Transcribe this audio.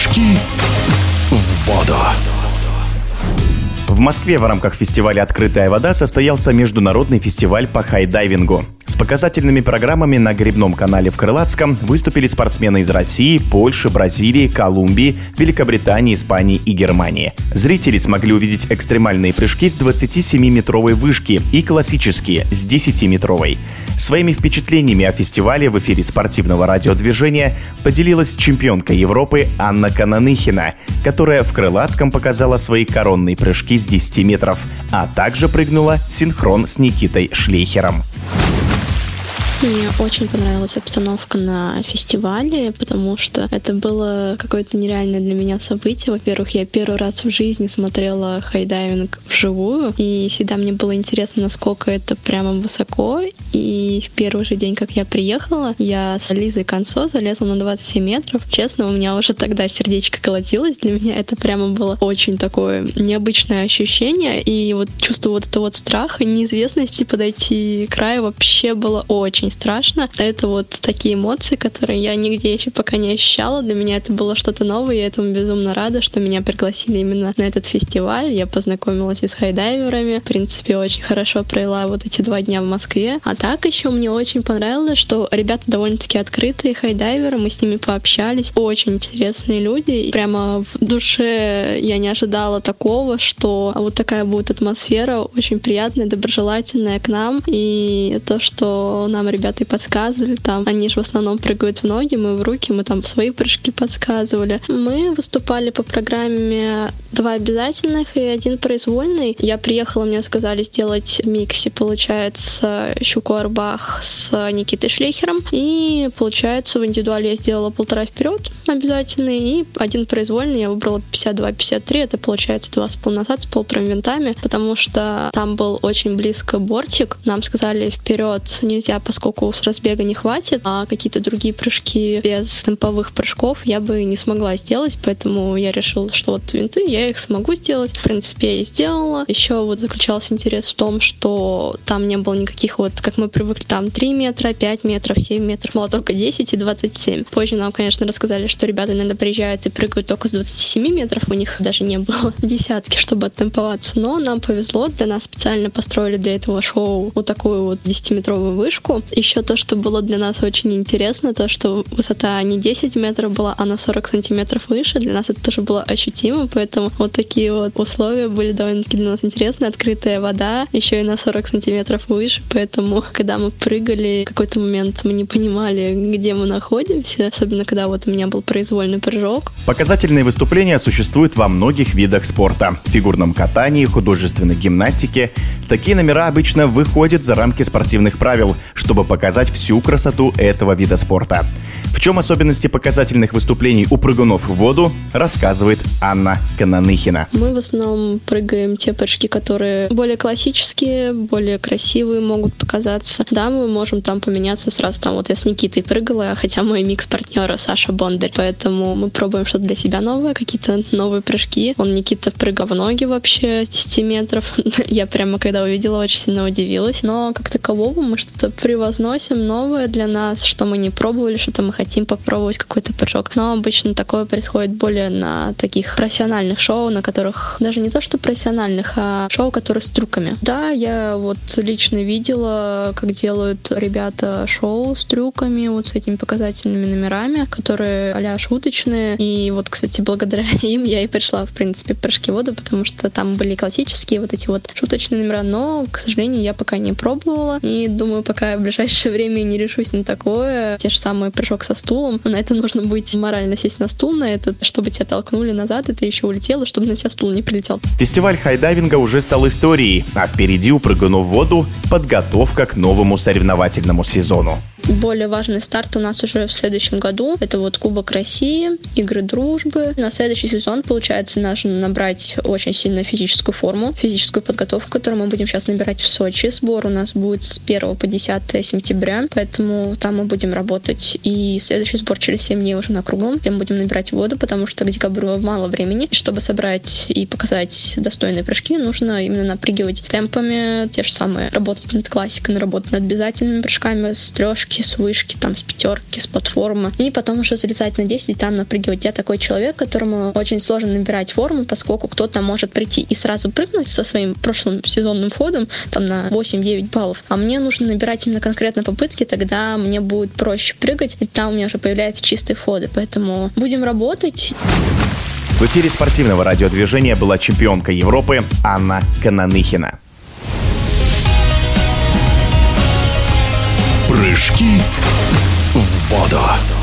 Прыжки в воду. В Москве в рамках фестиваля «Открытая вода» состоялся международный фестиваль по хайдайвингу. С показательными программами на гребном канале в Крылатском выступили спортсмены из России, Польши, Бразилии, Колумбии, Великобритании, Испании и Германии. Зрители смогли увидеть экстремальные прыжки с 27-метровой вышки и классические с 10-метровой. Своими впечатлениями о фестивале в эфире спортивного радиодвижения поделилась чемпионка Европы Анна Кананыхина, которая в Крылатском показала свои коронные прыжки с 10 метров, а также прыгнула синхрон с Никитой Шлейхером. Мне очень понравилась обстановка на фестивале, потому что это было какое-то нереальное для меня событие. Во-первых, я первый раз в жизни смотрела хайдайвинг вживую, и всегда мне было интересно, насколько это прямо высоко. И в первый же день, как я приехала, я с Лизой Концо залезла на 27 метров. Честно, у меня уже тогда сердечко колотилось. Для меня это прямо было очень такое необычное ощущение. И вот чувство вот этого вот страха, неизвестности подойти к краю вообще было очень страшно. Это вот такие эмоции, которые я нигде еще пока не ощущала. Для меня это было что-то новое, я этому безумно рада, что меня пригласили именно на этот фестиваль. Я познакомилась и с хайдайверами. В принципе, очень хорошо провела вот эти 2 дня в Москве. А так еще мне очень понравилось, что ребята довольно-таки открытые хайдайверы, мы с ними пообщались. Очень интересные люди. И прямо в душе я не ожидала такого, что вот такая будет атмосфера, очень приятная, доброжелательная к нам. И то, что нам ребята и подсказывали там. Они же в основном прыгают в ноги, мы в руки, мы там свои прыжки подсказывали. Мы выступали по программе 2 обязательных и 1 произвольный. Я приехала, мне сказали сделать в миксе, получается, Щуку-Арбах с Никитой Шлейхером. И, получается, в индивидуале я сделала 1,5 вперед обязательный и 1 произвольный. Я выбрала 52-53. Это, получается, 2,5 назад с 1,5 винтами, потому что там был очень близко бортик. Нам сказали, вперед нельзя, поскольку с разбега не хватит, а какие-то другие прыжки без темповых прыжков я бы не смогла сделать, поэтому я решила, что вот винты я их смогу сделать. В принципе, я и сделала. Еще вот заключался интерес в том, что там не было никаких вот, как мы привыкли, там 3 метра, 5 метров, 7 метров, было только 10 и 27. Позже нам, конечно, рассказали, что ребята иногда приезжают и прыгают только с 27 метров, у них даже не было десятки, чтобы оттемповаться, но нам повезло, для нас специально построили для этого шоу вот такую вот 10-метровую вышку. Еще то, что было для нас очень интересно, то, что высота не 10 метров была, а на 40 сантиметров выше. Для нас это тоже было ощутимо, поэтому вот такие вот условия были довольно-таки для нас интересны. Открытая вода, еще и на 40 сантиметров выше, поэтому, когда мы прыгали, в какой-то момент мы не понимали, где мы находимся, особенно когда вот у меня был произвольный прыжок. Показательные выступления существуют во многих видах спорта. В фигурном катании, художественной гимнастике. Такие номера обычно выходят за рамки спортивных правил, чтобы показать всю красоту этого вида спорта. В чем особенности показательных выступлений у прыгунов в воду, рассказывает Анна Кананыхина. Мы в основном прыгаем те прыжки, которые более классические, более красивые могут показаться. Да, мы можем там поменяться сразу. Там вот я с Никитой прыгала, хотя мой микс-партнер Саша Бондарь. Поэтому мы пробуем что-то для себя новое, какие-то новые прыжки. Никита прыгал в ноги вообще с 10 метров. Я прямо, когда увидела, очень сильно удивилась. Но как такового мы что-то превозносим новое для нас, что мы не пробовали, что-то мы хотим попробовать, какой-то прыжок. Но обычно такое происходит более на таких профессиональных шоу, на которых даже не то, что профессиональных, а шоу, которые с трюками. Да, я вот лично видела, как делают ребята шоу с трюками, вот с этими показательными номерами, которые а-ля шуточные. И вот, кстати, благодаря им я и пришла, в принципе, в прыжки в воду, потому что там были классические вот эти вот шуточные номера, но, к сожалению, я пока не пробовала. И думаю, пока я в ближайшее время не решусь на такое. Те же самые прыжок со стулом. На это нужно быть морально сесть на стул, на этот, чтобы тебя толкнули назад, и ты еще улетела, чтобы на тебя стул не прилетел. Фестиваль хайдайвинга уже стал историей, а впереди у прыгунов в воду подготовка к новому соревновательному сезону. Более важный старт у нас уже в следующем году. Это вот Кубок России, Игры дружбы. На следующий сезон, получается, нужно набрать очень сильно физическую форму, физическую подготовку, которую мы будем сейчас набирать в Сочи. Сбор у нас будет с 1 по 10 сентября, поэтому там мы будем работать. И следующий сбор через 7 дней уже на круглом, где мы будем набирать воду, потому что к декабрю мало времени. Чтобы собрать и показать достойные прыжки, нужно именно напрыгивать темпами, те же самые, работать над классикой, работать над обязательными прыжками, стрёжки, идти с вышки, там, с пятерки, с платформы, и потом уже залезать на 10 и там напрыгивать. Я такой человек, которому очень сложно набирать форму, поскольку кто-то может прийти и сразу прыгнуть со своим прошлым сезонным ходом там на 8-9 баллов, а мне нужно набирать именно конкретно попытки, тогда мне будет проще прыгать, и там у меня уже появляются чистые ходы, поэтому будем работать. В эфире спортивного радиодвижения была чемпионка Европы Анна Кананыхина. Прыжки в воду.